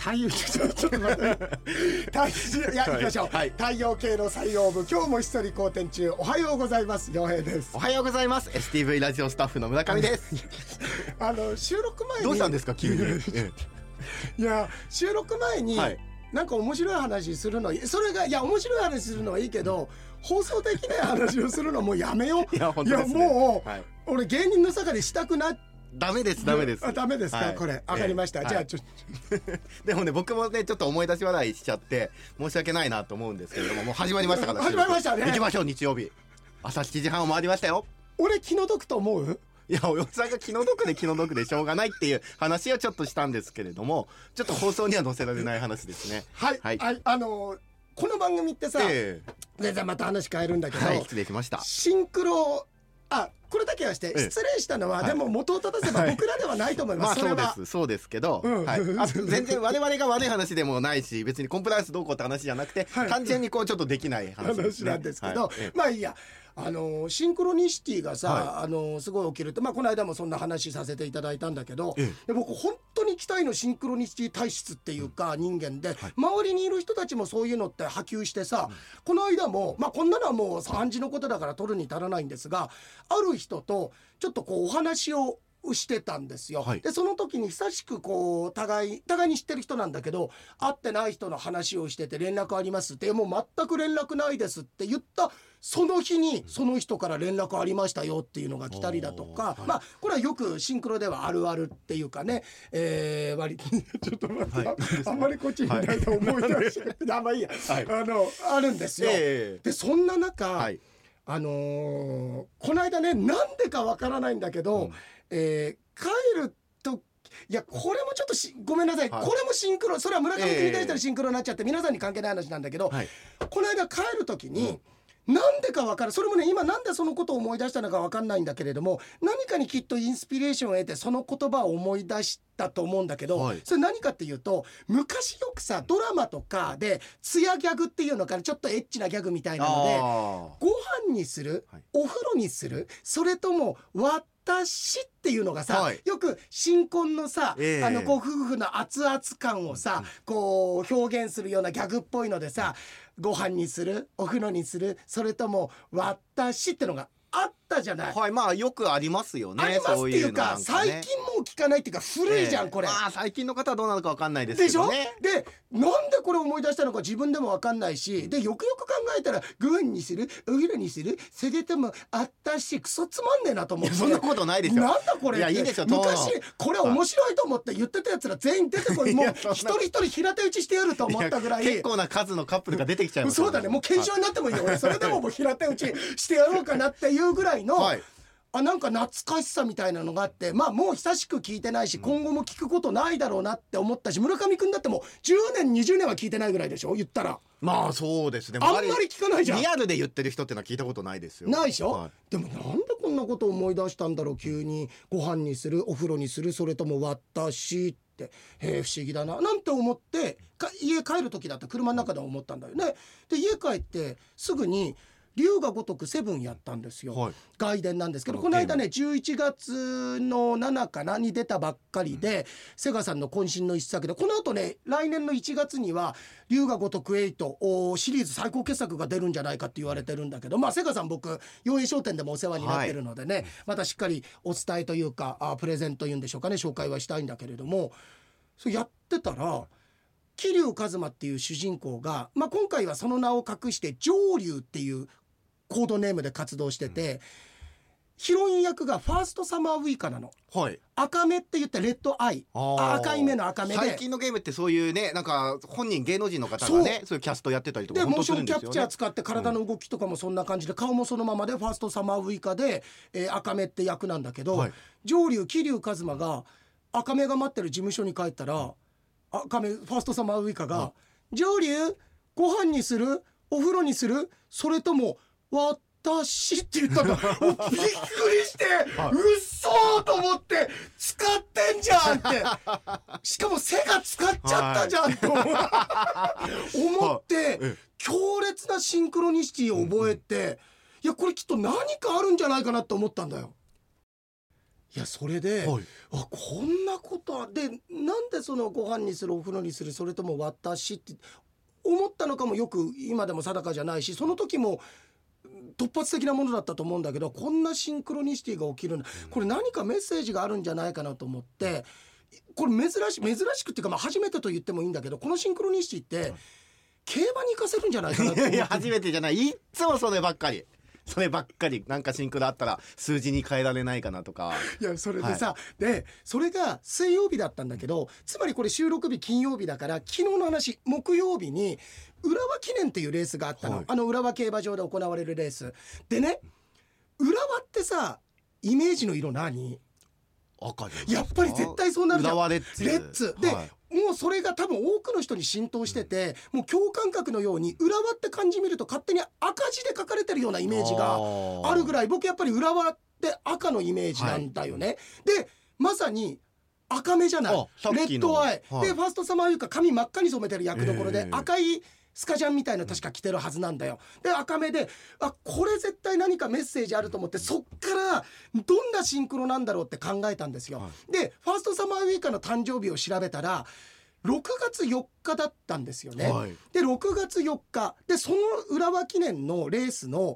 ちょっと待っていや、行きましょう、はい、太陽系の採用部、今日も一人好転中。おはようございます、陽平です。 おはようございます。 STV ラジオスタッフの村上です収録前にどうしたんですか急にいや、収録前に、はい、なんか面白い話するの、それが、いや面白い話するのはいいけど、放送できない話をするのもうやめよう。 いや本当ですね。 いやもう、 はい、 俺芸人の坂でしたくなっダメです。 ダメですか、 はい、 これわかりました、じゃあちょっとでもね、僕もねちょっと思い出し笑いしちゃって申し訳ないなと思うんですけれども、もう始まりましたから始まりましたね。 行きましょう。日曜日朝7時半を回りましたよ。 俺気の毒と思う？ いや、およさんが気の毒でしょうがないっていう話をちょっとしたんですけれども、ちょっと放送には載せられない話ですね。 はい、はい、この番組ってさ、全然また話変えるんだけど、 はい、失礼しました。 シンクロ、これだけはして失礼したのは、でも元を正せば僕らではないと思います。 まあそうですけど、はい、全然我々が悪い話でもないし、別にコンプライアンスどうこうって話じゃなくて、単純にこうちょっとできない話ですね。 なんですけど、まあいいや。シンクロニシティがさ、すごい起きると、この間もそんな話させていただいたんだけど、僕本当に期待のシンクロニシティ体質っていうか人間で、周りにいる人たちもそういうのって波及してさ、この間もこんなのはもう暗示のことだから取るに足らないんですが、ある人とちょっとこうお話をしてたんですよ、でその時に久しくこう互いに知ってる人なんだけど、会ってない人の話をしてて、連絡ありますって、もう全く連絡ないですって言ったその日にその人から連絡ありましたよっていうのが来たりだとか、これはよくシンクロではあるあるっていうかね、割とちょっと待って、あんまりこっちにいないと思い出してまあいいや、あるんですよ、でそんな中、この間ね、なんでかわからないんだけど、帰ると、いやこれもちょっとごめんなさい、これもシンクロ、それは村上君に対してのシンクロになっちゃって皆さんに関係ない話なんだけど、この間帰る時に、なんでか分からん、それもね、今なんでそのことを思い出したのか分かんないんだけれども、何かにきっとインスピレーションを得てその言葉を思い出したと思うんだけど、それ何かっていうと、昔よくさドラマとかでツヤギャグっていうのからちょっとエッチなギャグみたいなので、ご飯にする、お風呂にする、それとも私っていうのがさ、よく新婚のさ、ご夫婦の熱々感をさ、こう表現するようなギャグっぽいのでさ、ご飯にする、お風呂にする、それとも私ってのがあったじゃない。 まあよくありますよね。 ありますっていうか、最近もう聞かないっていうか古いじゃん、これ。 最近の方はどうなのか分かんないですけどね。 でしょ。で、なんでこれ思い出したのか自分でも分かんないし、でよくよく考えたら、ご飯にする、お風呂にする、それとも私、クソつまんねえなと思って。 そんなことないですよ。 なんだこれ。いやいいですよ。昔これ面白いと思って言ってたやつら全員出てこい、もう一人一人平手打ちしてやると思ったぐらい。 結構な数のカップルが出てきちゃいます。 そうだね、もう検証になってもいいよ、俺それでももう平手打ちしてやろうかなっていうぐらいの、なんか懐かしさみたいなのがあって、もう久しく聞いてないし、今後も聞くことないだろうなって思ったし、村上くんだってもう10年20年は聞いてないぐらいでしょ、言ったら。 まあそうですね。 あんまり聞かないじゃん。 リアルで言ってる人ってのは聞いたことないですよ。 ないでしょ、でもなんでこんなこと思い出したんだろう、急に。ご飯にする、お風呂にする、それとも私って、不思議だななんて思って、家帰る時だった車の中で思ったんだよね。で家帰ってすぐに龍が如くセブンやったんですよ、外伝なんですけど、この間ね11月の7かなに出たばっかりで、セガさんの渾身の一作で、この後ね来年の1月には龍が如く8シリーズ最高傑作が出るんじゃないかって言われてるんだけど、セガさん僕洋平商店でもお世話になってるのでね、またしっかりお伝えというかプレゼントいうんでしょうかね、紹介はしたいんだけれども、そうやってたら桐生一馬っていう主人公が、今回はその名を隠して上龍っていうコードネームで活動してて、ヒロイン役がファーストサマーウイカなの、赤目って言ってレッドアイ、赤い目の赤目で、 最近のゲームってそういうね、なんか本人芸能人の方がね、そういうキャストやってたりとか、 でモーションキャプチャー使って体の動きとかもそんな感じで、顔もそのままでファーストサマーウイカで、赤目って役なんだけど、上龍桐生一馬が赤目が待ってる事務所に帰ったら、赤目ファーストサマーウイカが、上龍ご飯にする、お風呂にする、それとも私って言ったのびっくりして、うっそーと思って、使ってんじゃんって、しかも背が使っちゃったじゃんと思って、強烈なシンクロニシティを覚えて、いやこれきっと何かあるんじゃないかなと思ったんだよ。 いやそれで、 はい、 こんなことでなんでそのご飯にするお風呂にするそれとも私って思ったのかもよく今でも定かじゃないし、その時も突発的なものだったと思うんだけど、こんなシンクロニシティが起きるの、これ何かメッセージがあるんじゃないかなと思って、これ珍しくっていうか、まあ初めてと言ってもいいんだけど、このシンクロニシティって競馬に行かせるんじゃないかなと思って。 いや初めてじゃない、いっつもそればっかりなんかシンクロあったら数字に変えられないかなとか。 いやそれでさ、でそれが水曜日だったんだけど、つまりこれ収録日金曜日だから、昨日の話木曜日に浦和記念っていうレースがあったの、浦和競馬場で行われるレースでね、浦和ってさイメージの色何？ 赤じゃないですか。 やっぱり絶対そうなるじゃん。 浦和レッズで、もうそれが多分多くの人に浸透してて、もう共感覚のように浦和って漢字見ると勝手に赤字で書かれてるようなイメージがあるぐらい、僕やっぱり浦和って赤のイメージなんだよね、でまさに赤目じゃない、レッドアイ、でファーストサマーウイカ髪真っ赤に染めてる役どころで、赤いスカジャンみたいな確か着てるはずなんだよ。で赤目で、これ絶対何かメッセージあると思って、そっからどんなシンクロなんだろうって考えたんですよ、でファーストサマーウイカの誕生日を調べたら6月4日だったんですよね、で6月4日で、その浦和記念のレースの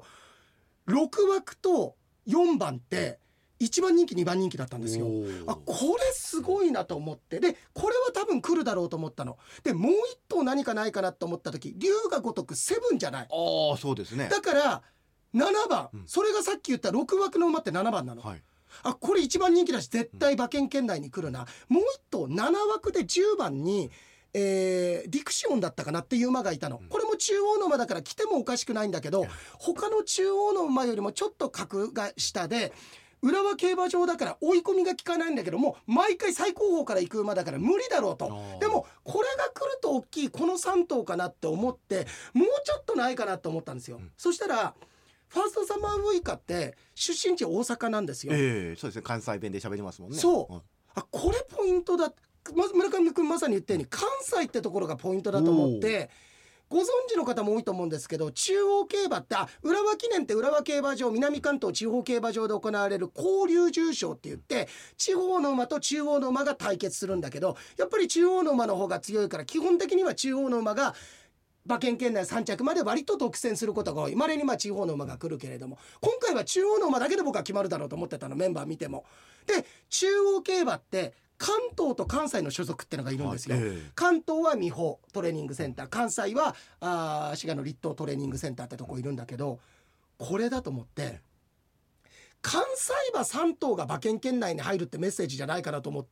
6枠と4番って1番人気2番人気だったんですよ。これすごいなと思って、でこれは多分来るだろうと思ったので、もう一頭何かないかなと思った時、龍が如くセブンじゃない。 そうですね。 だから7番、それがさっき言った6枠の馬って7番なの、これ1番人気だし絶対馬券圏内に来るな、もう一頭7枠で10番にディクシオンだったかなっていう馬がいたの、これも中央の馬だから来てもおかしくないんだけど、他の中央の馬よりもちょっと格が下で、浦和競馬場だから追い込みが効かないんだけども、毎回最高峰から行く馬だから無理だろうと。でもこれが来ると大きいこの3頭かなって思って、もうちょっとないかなと思ったんですよ、そしたらファーストサマーウイカって出身地大阪なんですよ、 そうですね、関西弁で喋りますもんね。 そう、これポイントだ、村上君まさに言ったように関西ってところがポイントだと思って、ご存知の方も多いと思うんですけど、中央競馬って浦和記念って浦和競馬場、南関東地方競馬場で行われる交流重賞って言って、地方の馬と中央の馬が対決するんだけど、やっぱり中央の馬の方が強いから、基本的には中央の馬が馬券圏内3着まで割と独占することが多い。稀に地方の馬が来るけれども、今回は中央の馬だけで僕は決まるだろうと思ってたの、メンバー見ても。で中央競馬って関東と関西の所属ってのがいるんですよ、関東は美穂トレーニングセンター、関西は滋賀の立東トレーニングセンターってとこいるんだけど、これだと思って関西馬3頭が馬券圏内に入るってメッセージじゃないかなと思って、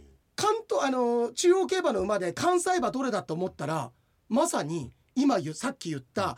関東中央競馬の馬で関西馬どれだと思ったら、まさに今さっき言った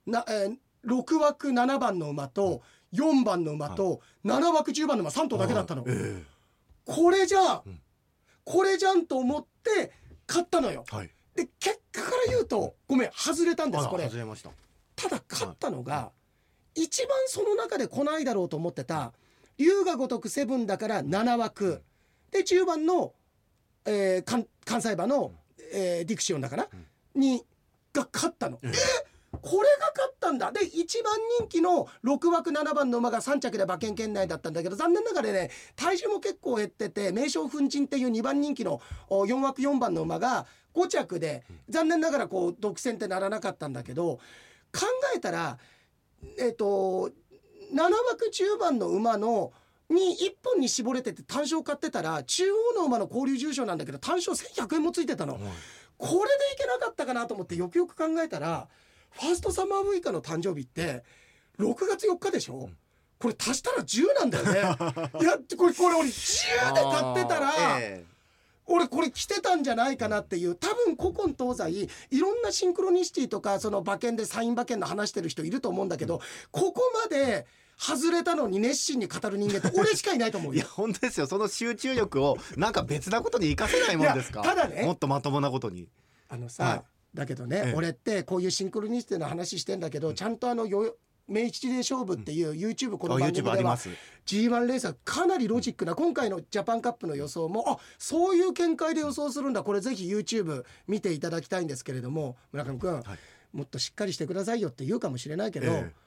6枠7番の馬と4番の馬と7枠10番の馬3頭だけだったの、これじゃんと思って買ったのよ、で結果から言うとごめん外れたんです。これ外れました。 ただ買ったのが、一番その中で来ないだろうと思ってた龍が如くセブンだから7枠で、10番の、関西馬の、ディクシオンだから、が勝ったの、これが勝ったんだ。で1番人気の6枠7番の馬が3着で馬券圏内だったんだけど、残念ながらね体重も結構減ってて、名将奮鎮っていう2番人気の4枠4番の馬が5着で残念ながら独占ってならなかったんだけど、考えたら7枠10番の馬のに1本に絞れてて単勝買ってたら、中央の馬の交流重賞なんだけど単勝1100円もついてたの、これでいけなかったかなと思ってよくよく考えたら、ファーストサマーウイカの誕生日って6月4日でしょ、これ足したら10なんだよねいやこれ俺10で買ってたら、俺これ来てたんじゃないかなっていう。多分古今東西いろんなシンクロニシティとかその馬券でサイン馬券の話してる人いると思うんだけど、ここまで外れたのに熱心に語る人間って俺しかいないと思うよ。 いや本当ですよ。その集中力をなんか別なことに活かせないもんですか。 ただね、 もっとまともなことにだけどね、俺ってこういうシンクロニシティの話してんだけど、ちゃんと明治で勝負っていう YouTube この番組では G1 レースはかなりロジックな、今回のジャパンカップの予想もそういう見解で予想するんだ、これぜひ YouTube 見ていただきたいんですけれども、村上君、もっとしっかりしてくださいよって言うかもしれないけど、い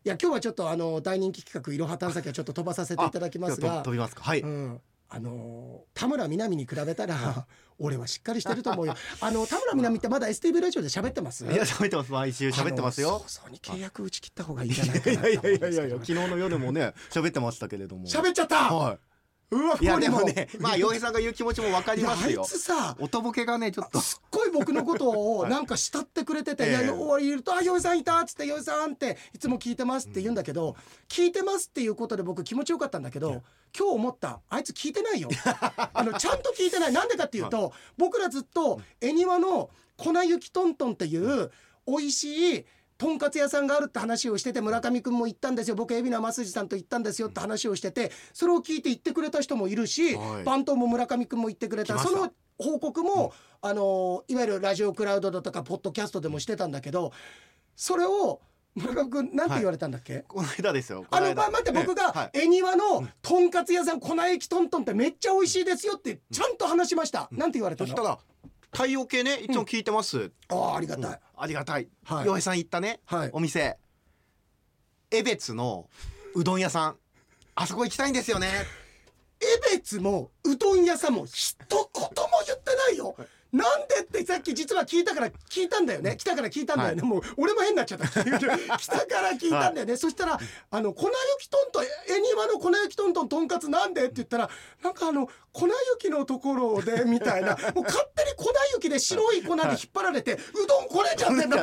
いや今日はちょっと大人気企画いろは探査機はちょっと飛ばさせていただきますが、 飛びますか。はい、 田村みな実に比べたら俺はしっかりしてると思うよ。田村みな実ってまだ STV ラジオで喋ってます？ いや喋ってます。毎週喋ってますよ。 早々に契約打ち切った方がいいんじゃないかな。 いや昨日の夜もね喋ってましたけれども。 喋っちゃった。 はい。 うわ、 いやでもね、まあ洋平さんが言う気持ちも分かりますよ。 あいつさ、 おとぼけがねちょっとすっごい僕のことをなんか慕ってくれてて、いや終わり言うと洋平さんいたっつって洋平さんっていつも聞いてますって言うんだけど、聞いてますっていうことで僕気持ちよかったんだけど、今日思ったあいつ聞いてないよ。ちゃんと聞いてない。なんでかっていうと、僕らずっと恵庭の粉雪トントンっていう美味しいとんかつ屋さんがあるって話をしてて、村上くんも行ったんですよ、僕海老名正治さんと行ったんですよって話をしてて、それを聞いて行ってくれた人もいるし、番頭も村上くんも言ってくれた。その報告も、いわゆるラジオクラウドだとかポッドキャストでもしてたんだけど、それを村上くんなんて言われたんだっけ？ この間ですよ。 待って僕が恵庭のとんかつ屋さん粉液トントンってめっちゃ美味しいですよってちゃんと話しました。なんて言われたの？ そしたら太陽系ねいつも聞いてます。 ありがたい、 ありがたい。洋平さん行ったね、お店江別のうどん屋さん、あそこ行きたいんですよね。 江別もうどん屋さんも一言も言ってないよ。なんでってさっき実は聞いたから聞いたんだよね。来たから聞いたんだよね。もう俺も変になっちゃった。来たから聞いたんだよね。そしたら粉雪トントン恵庭の粉雪トントンとんかつなんでって言ったら、なんか粉雪のところでみたいな、もう勝手に粉雪で白い粉で引っ張られてうどんこれちゃってんだ。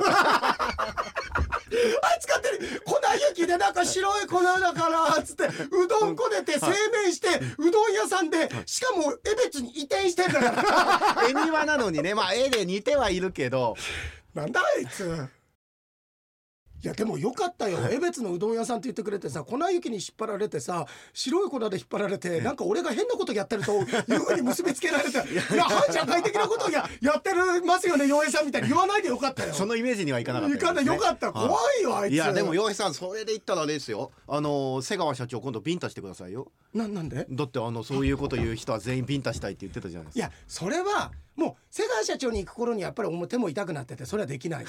あいつ勝手に粉雪でなんか白い粉だからっつってうどんこねて製麺してうどん屋さんで、しかも江別に移転してんだから。 恵庭なのにね、まあ絵で似てはいるけど、 なんだあいつ。いやでもよかったよ。江別のうどん屋さんって言ってくれてさ、粉雪に引っ張られてさ、白い粉で引っ張られて、なんか俺が変なことやってるというふうに結びつけられて、いや反社会的なことをやってますよね洋平さんみたいに言わないでよかったよ。 そのイメージにはいかなかったですね。 よかった。怖いよあいつ。 いやでも洋平さんそれで言ったらあれですよ、瀬川社長今度ビンタしてくださいよ。 なんで？ だってそういうこと言う人は全員ビンタしたいって言ってたじゃないですか。 いやそれはもう瀬川社長に行く頃にやっぱり手も痛くなってて、それはできないよ。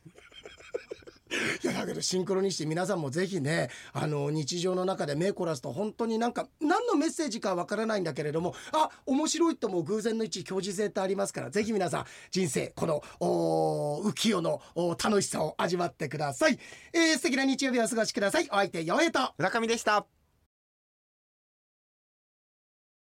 いやだけどシンクロニシティ皆さんもぜひね、日常の中で目凝らすと本当になんか何のメッセージかわからないんだけれども、面白いとも偶然の一致共時性ってありますから、ぜひ皆さん人生この浮世の楽しさを味わってください。素敵な日曜日をお過ごしください。お相手洋平と村上でした。